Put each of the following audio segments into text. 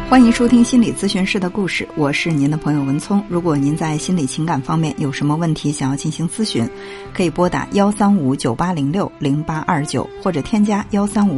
欢迎收听心理咨询师的故事，我是您的朋友文聪。如果您在心理情感方面有什么问题想要进行咨询，可以拨打13598060829或者添加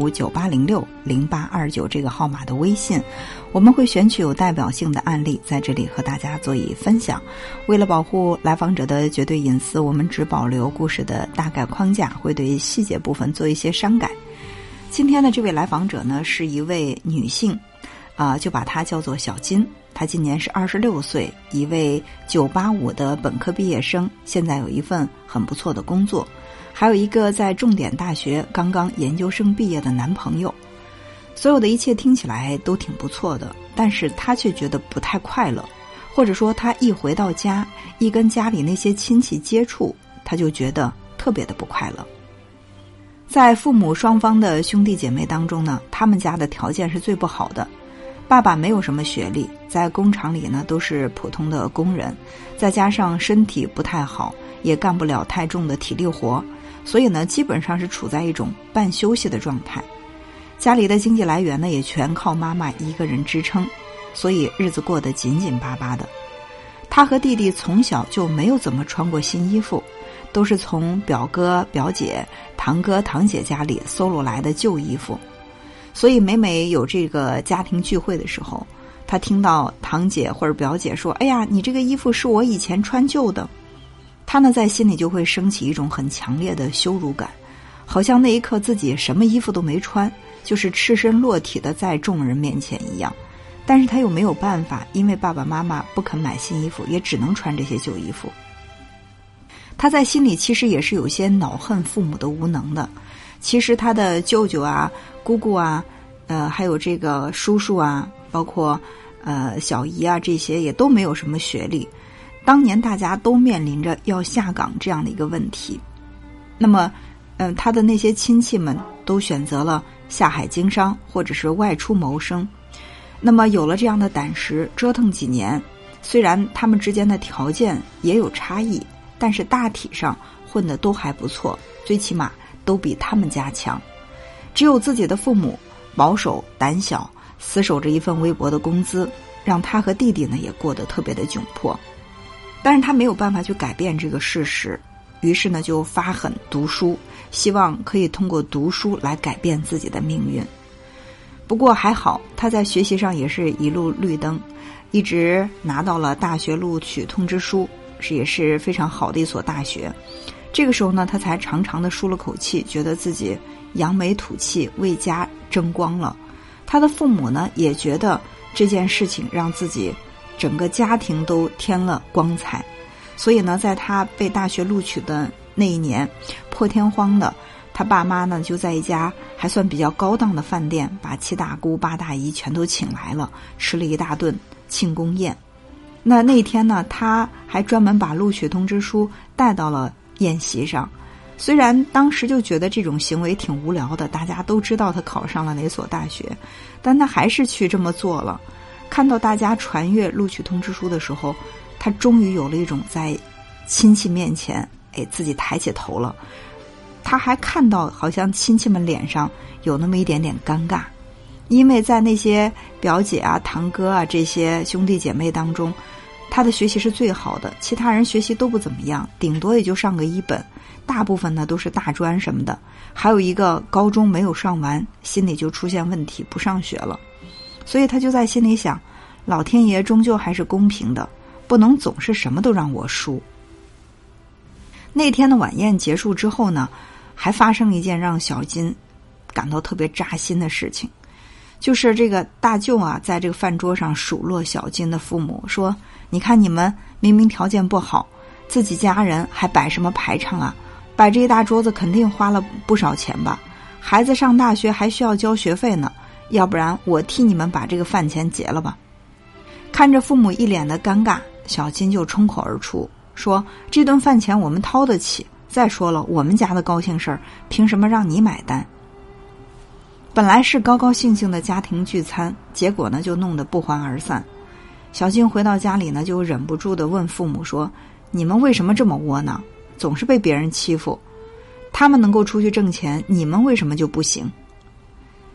13598060829这个号码的微信，我们会选取有代表性的案例在这里和大家做一分享。为了保护来访者的绝对隐私，我们只保留故事的大概框架，会对细节部分做一些删改。今天的这位来访者呢，是一位女性就把她叫做小金，她今年是26岁，一位985的本科毕业生，现在有一份很不错的工作，还有一个在重点大学刚刚研究生毕业的男朋友。所有的一切听起来都挺不错的，但是她却觉得不太快乐，或者说她一回到家，一跟家里那些亲戚接触，她就觉得特别的不快乐。在父母双方的兄弟姐妹当中呢，他们家的条件是最不好的。爸爸没有什么学历，在工厂里呢都是普通的工人，再加上身体不太好，也干不了太重的体力活，所以呢基本上是处在一种半休息的状态。家里的经济来源呢也全靠妈妈一个人支撑，所以日子过得紧紧巴巴的。他和弟弟从小就没有怎么穿过新衣服，都是从表哥表姐、堂哥堂姐家里搜罗来的旧衣服。所以每每有这个家庭聚会的时候，他听到堂姐或者表姐说，哎呀，你这个衣服是我以前穿旧的，他呢在心里就会升起一种很强烈的羞辱感，好像那一刻自己什么衣服都没穿，就是赤身裸体的在众人面前一样。但是他又没有办法，因为爸爸妈妈不肯买新衣服，也只能穿这些旧衣服。他在心里其实也是有些恼恨父母的无能的。其实他的舅舅啊、姑姑啊，还有这个叔叔啊，包括小姨啊，这些也都没有什么学历。当年大家都面临着要下岗这样的一个问题，那么他的那些亲戚们都选择了下海经商或者是外出谋生。那么有了这样的胆识，折腾几年，虽然他们之间的条件也有差异，但是大体上混得都还不错，最起码都比他们家强。只有自己的父母保守胆小，死守着一份微薄的工资，让他和弟弟呢也过得特别的窘迫。但是他没有办法去改变这个事实，于是呢就发狠读书，希望可以通过读书来改变自己的命运。不过还好，他在学习上也是一路绿灯，一直拿到了大学录取通知书，也是非常好的一所大学。这个时候呢，他才长长的舒了口气，觉得自己扬眉吐气，为家争光了。他的父母呢，也觉得这件事情让自己整个家庭都添了光彩。所以呢，在他被大学录取的那一年，破天荒的，他爸妈呢就在一家还算比较高档的饭店，把7大姑8大姨全都请来了，吃了一大顿庆功宴。那天呢，他还专门把录取通知书带到了宴席上。虽然当时就觉得这种行为挺无聊的，大家都知道他考上了哪所大学，但他还是去这么做了。看到大家传阅录取通知书的时候，他终于有了一种在亲戚面前自己抬起头了。他还看到好像亲戚们脸上有那么一点点尴尬，因为在那些表姐啊、堂哥啊这些兄弟姐妹当中，他的学习是最好的，其他人学习都不怎么样，顶多也就上个1本，大部分呢都是大专什么的，还有一个高中没有上完，心里就出现问题，不上学了。所以他就在心里想，老天爷终究还是公平的，不能总是什么都让我输。那天的晚宴结束之后呢，还发生了一件让小金感到特别扎心的事情，就是这个大舅啊，在这个饭桌上数落小金的父母，说你看你们明明条件不好，自己家人还摆什么排场啊，摆这一大桌子肯定花了不少钱吧，孩子上大学还需要交学费呢，要不然我替你们把这个饭钱结了吧。看着父母一脸的尴尬，小金就冲口而出说，这顿饭钱我们掏得起，再说了，我们家的高兴事儿凭什么让你买单。本来是高高兴兴的家庭聚餐，结果呢就弄得不欢而散。小金回到家里呢，就忍不住地问父母说，你们为什么这么窝囊，总是被别人欺负，他们能够出去挣钱，你们为什么就不行？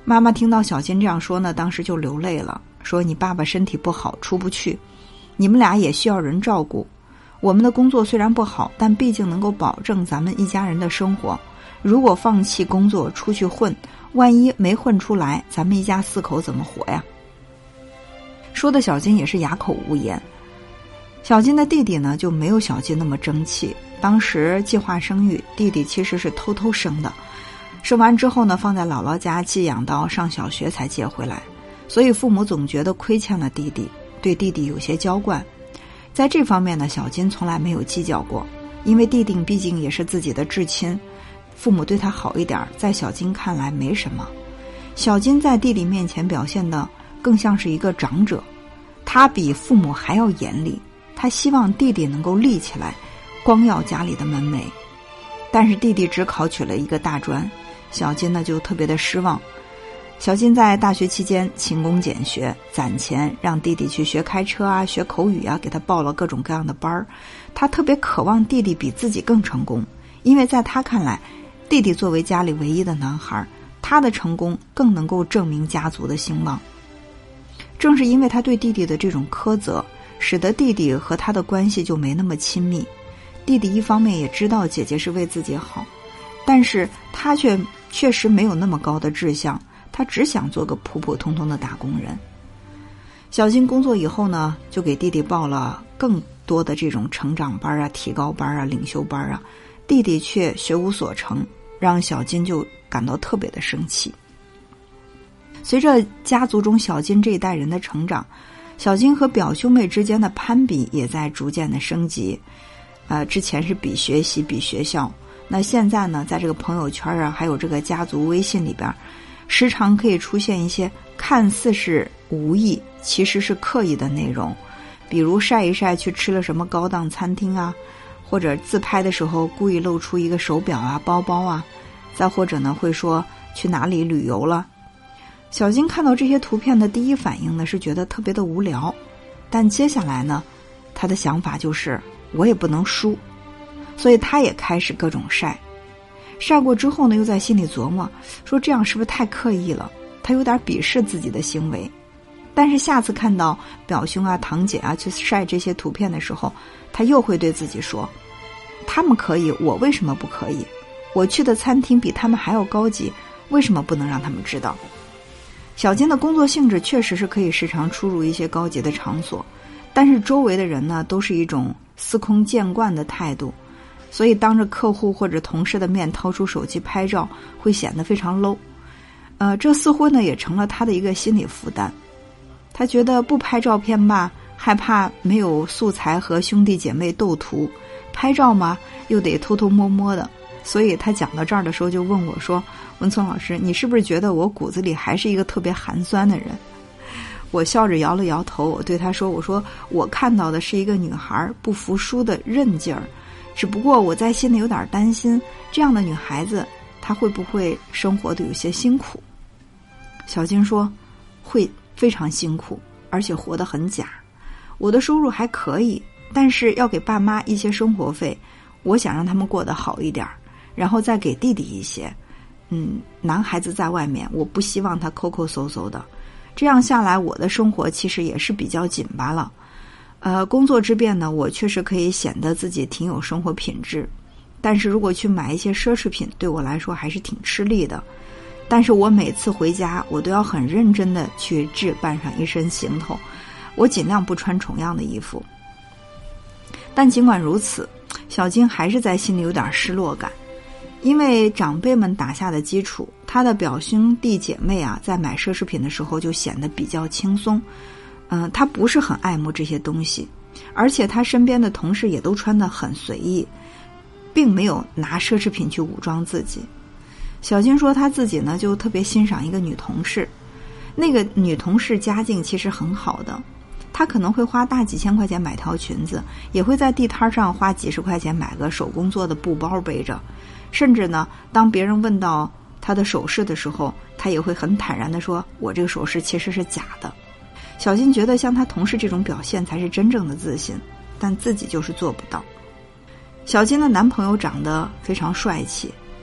妈妈听到小金这样说呢，当时就流泪了，说你爸爸身体不好，出不去，你们俩也需要人照顾。我们的工作虽然不好，但毕竟能够保证咱们一家人的生活。如果放弃工作出去混，万一没混出来，咱们一家4口怎么活呀？说的小金也是哑口无言。小金的弟弟呢，就没有小金那么争气。当时计划生育，弟弟其实是偷偷生的，生完之后呢，放在姥姥家寄养到上小学才接回来，所以父母总觉得亏欠了弟弟，对弟弟有些娇惯。在这方面呢，小金从来没有计较过，因为弟弟毕竟也是自己的至亲，父母对他好一点，在小金看来没什么。小金在弟弟面前表现的更像是一个长者，他比父母还要严厉，他希望弟弟能够立起来，光耀家里的门楣。但是弟弟只考取了一个大专，小金呢就特别的失望。小金在大学期间勤工俭学，攒钱让弟弟去学开车啊，学口语啊，给他报了各种各样的班儿。他特别渴望弟弟比自己更成功，因为在他看来，弟弟作为家里唯一的男孩，他的成功更能够证明家族的兴旺。正是因为他对弟弟的这种苛责，使得弟弟和他的关系就没那么亲密。弟弟一方面也知道姐姐是为自己好，但是他却确实没有那么高的志向，他只想做个普普通通的打工人。小金工作以后呢，就给弟弟报了更多的这种成长班啊、提高班啊、领袖班啊，弟弟却学无所成，让小金就感到特别的生气。随着家族中小金这一代人的成长，小金和表兄妹之间的攀比也在逐渐的升级。之前是比学习、比学校，那现在呢，在这个朋友圈啊，还有这个家族微信里边，时常可以出现一些看似是无意，其实是刻意的内容，比如晒一晒去吃了什么高档餐厅啊，或者自拍的时候故意露出一个手表啊、包包啊，再或者呢会说去哪里旅游了。小金看到这些图片的第一反应呢，是觉得特别的无聊，但接下来呢，他的想法就是我也不能输，所以他也开始各种晒。晒过之后呢，又在心里琢磨，说这样是不是太刻意了？他有点鄙视自己的行为。但是下次看到表兄啊、堂姐啊去晒这些图片的时候，他又会对自己说，他们可以，我为什么不可以？我去的餐厅比他们还要高级，为什么不能让他们知道？小金的工作性质确实是可以时常出入一些高级的场所，但是周围的人呢，都是一种司空见惯的态度，所以当着客户或者同事的面掏出手机拍照，会显得非常 low。这似乎呢也成了他的一个心理负担。他觉得不拍照片吧，害怕没有素材和兄弟姐妹斗图；拍照嘛，又得偷偷摸摸的。所以他讲到这儿的时候就问我说，文聪老师，你是不是觉得我骨子里还是一个特别寒酸的人？我笑着摇了摇头，我对他说，我说我看到的是一个女孩不服输的韧劲儿，只不过我在心里有点担心，这样的女孩子她会不会生活的有些辛苦？小金说，会非常辛苦，而且活得很假。我的收入还可以，但是要给爸妈一些生活费，我想让他们过得好一点，然后再给弟弟一些。男孩子在外面，我不希望他抠抠搜搜的，这样下来我的生活其实也是比较紧巴了。工作之便呢，我确实可以显得自己挺有生活品质，但是如果去买一些奢侈品，对我来说还是挺吃力的。但是我每次回家，我都要很认真的去置办上一身行头，我尽量不穿重样的衣服。但尽管如此，小金还是在心里有点失落感，因为长辈们打下的基础，他的表兄弟姐妹啊，在买奢侈品的时候就显得比较轻松。他不是很爱慕这些东西，而且他身边的同事也都穿得很随意，并没有拿奢侈品去武装自己。小金说他自己呢就特别欣赏一个女同事，那个女同事家境其实很好的，她可能会花大几千块钱买条裙子，也会在地摊上花几十块钱买个手工做的布包背着，甚至呢当别人问到她的首饰的时候，她也会很坦然地说，我这个首饰其实是假的。小金觉得像她同事这种表现才是真正的自信，但自己就是做不到。小金的男朋友长得非常帅气，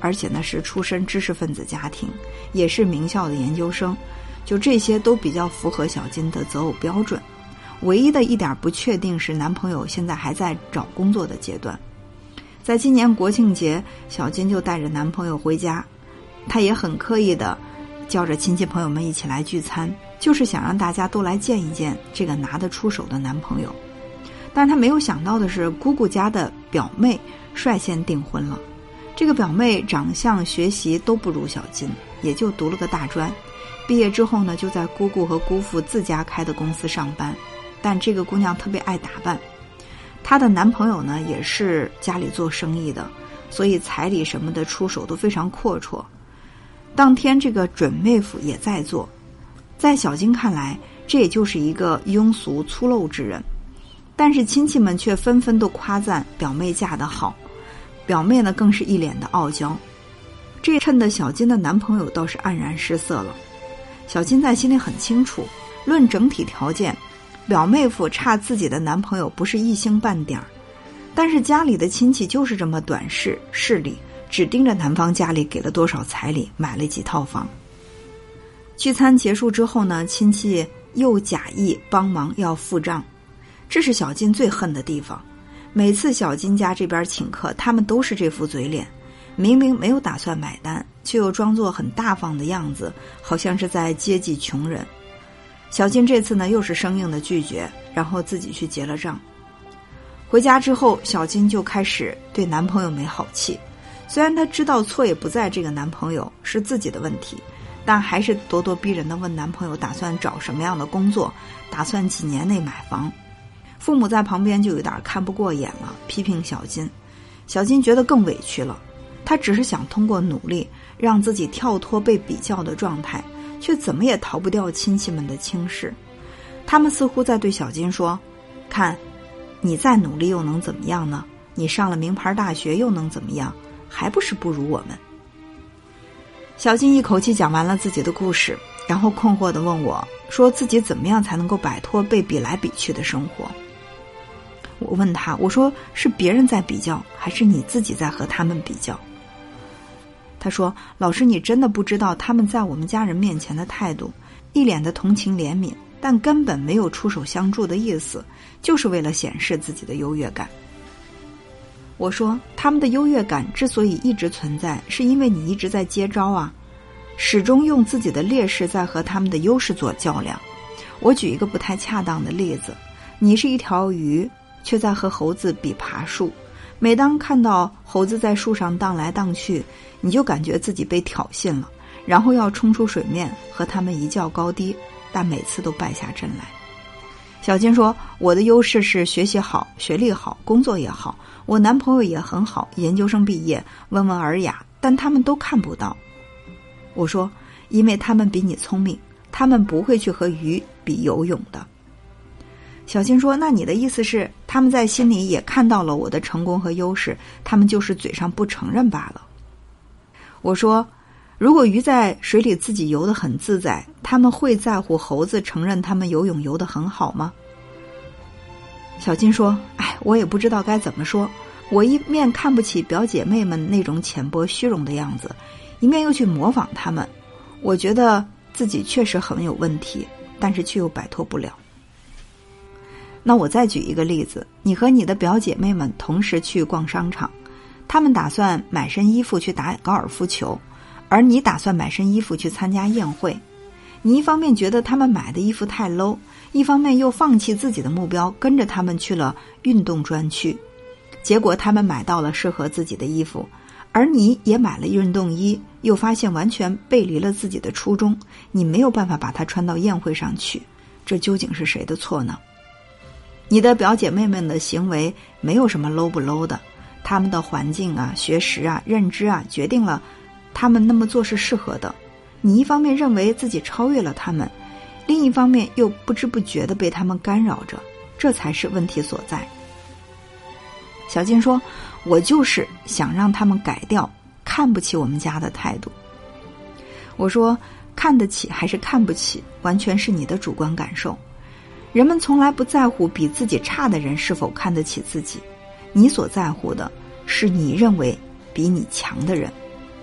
而且呢是出身知识分子家庭，也是名校的研究生，就这些都比较符合小金的择偶标准。唯一的一点不确定是男朋友现在还在找工作的阶段。在今年国庆节，小金就带着男朋友回家，她也很刻意的叫着亲戚朋友们一起来聚餐，就是想让大家都来见一见这个拿得出手的男朋友。但是她没有想到的是，姑姑家的表妹率先订婚了。这个表妹长相学习都不如小金，也就读了个大专，毕业之后呢就在姑姑和姑父自家开的公司上班。但这个姑娘特别爱打扮，她的男朋友呢也是家里做生意的，所以彩礼什么的出手都非常阔绰。当天这个准妹夫也在做，在小金看来这也就是一个庸俗粗陋之人，但是亲戚们却纷纷都夸赞表妹嫁得好，表妹呢更是一脸的傲娇。这衬得小金的男朋友倒是黯然失色了。小金在心里很清楚，论整体条件，表妹夫差自己的男朋友不是一星半点儿，但是家里的亲戚就是这么短视势利，只盯着男方家里给了多少彩礼，买了几套房。聚餐结束之后呢，亲戚又假意帮忙要付账，这是小金最恨的地方。每次小金家这边请客，他们都是这副嘴脸，明明没有打算买单，却又装作很大方的样子，好像是在接济穷人。小金这次呢又是生硬的拒绝，然后自己去结了账。回家之后，小金就开始对男朋友没好气，虽然她知道错也不在这个男朋友，是自己的问题，但还是咄咄逼人地问男朋友打算找什么样的工作，打算几年内买房。父母在旁边就有点看不过眼了，批评小金。小金觉得更委屈了，她只是想通过努力让自己跳脱被比较的状态，却怎么也逃不掉亲戚们的轻视。他们似乎在对小金说，看，你再努力又能怎么样呢？你上了名牌大学又能怎么样？还不是不如我们。小金一口气讲完了自己的故事，然后困惑地问我，说自己怎么样才能够摆脱被比来比去的生活。我问他，我说是别人在比较，还是你自己在和他们比较？他说，老师，你真的不知道他们在我们家人面前的态度，一脸的同情怜悯，但根本没有出手相助的意思，就是为了显示自己的优越感。我说，他们的优越感之所以一直存在，是因为你一直在接招啊，始终用自己的劣势在和他们的优势做较量。我举一个不太恰当的例子，你是一条鱼，却在和猴子比爬树，每当看到猴子在树上荡来荡去，你就感觉自己被挑衅了，然后要冲出水面和他们一较高低，但每次都败下阵来。小金说，我的优势是学习好，学历好，工作也好，我男朋友也很好，研究生毕业，温文尔雅，但他们都看不到。我说，因为他们比你聪明，他们不会去和鱼比游泳的。小金说，那你的意思是他们在心里也看到了我的成功和优势，他们就是嘴上不承认罢了。我说，如果鱼在水里自己游得很自在，他们会在乎猴子承认他们游泳游得很好吗？小金说，我也不知道该怎么说，我一面看不起表姐妹们那种浅薄虚荣的样子，一面又去模仿他们，我觉得自己确实很有问题，但是却又摆脱不了。那我再举一个例子，你和你的表姐妹们同时去逛商场，她们打算买身衣服去打高尔夫球，而你打算买身衣服去参加宴会。你一方面觉得她们买的衣服太 low， 一方面又放弃自己的目标，跟着她们去了运动专区。结果她们买到了适合自己的衣服，而你也买了运动衣，又发现完全背离了自己的初衷，你没有办法把它穿到宴会上去，这究竟是谁的错呢？你的表姐妹们的行为没有什么 low 不 low 的，他们的环境啊、学识啊、认知啊，决定了他们那么做是适合的。你一方面认为自己超越了他们，另一方面又不知不觉地被他们干扰着，这才是问题所在。小金说，我就是想让他们改掉看不起我们家的态度。我说，看得起还是看不起，完全是你的主观感受。人们从来不在乎比自己差的人是否看得起自己，你所在乎的是你认为比你强的人。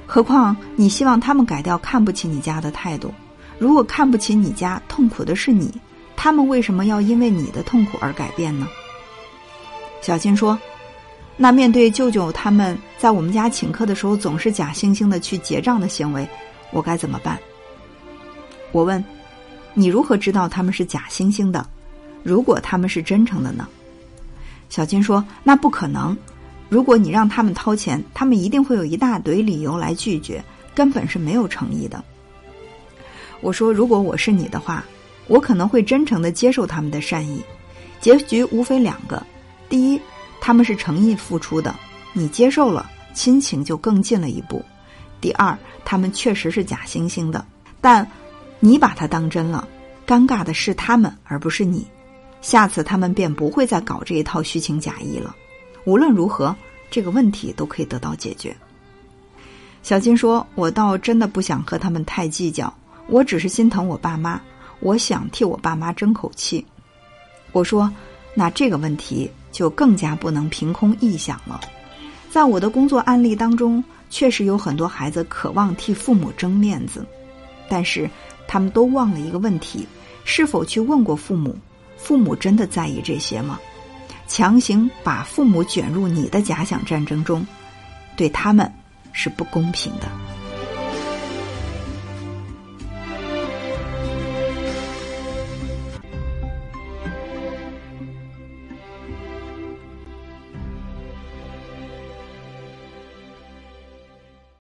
何况你希望他们改掉看不起你家的态度。如果看不起你家，痛苦的是你，他们为什么要因为你的痛苦而改变呢？小金说，那面对舅舅他们在我们家请客的时候总是假惺惺的去结账的行为，我该怎么办？我问，你如何知道他们是假惺惺的？如果他们是真诚的呢？小金说，那不可能，如果你让他们掏钱，他们一定会有一大堆理由来拒绝，根本是没有诚意的。我说，如果我是你的话，我可能会真诚地接受他们的善意，结局无非两个，第一，他们是诚意付出的，你接受了，亲情就更近了一步；第二，他们确实是假惺惺的，但你把它当真了，尴尬的是他们而不是你，下次他们便不会再搞这一套虚情假意了。无论如何，这个问题都可以得到解决。小金说，我倒真的不想和他们太计较，我只是心疼我爸妈，我想替我爸妈争口气。我说，那这个问题就更加不能凭空臆想了。在我的工作案例当中，确实有很多孩子渴望替父母争面子，但是他们都忘了一个问题，是否去问过父母，父母真的在意这些吗？强行把父母卷入你的假想战争中，对他们是不公平的。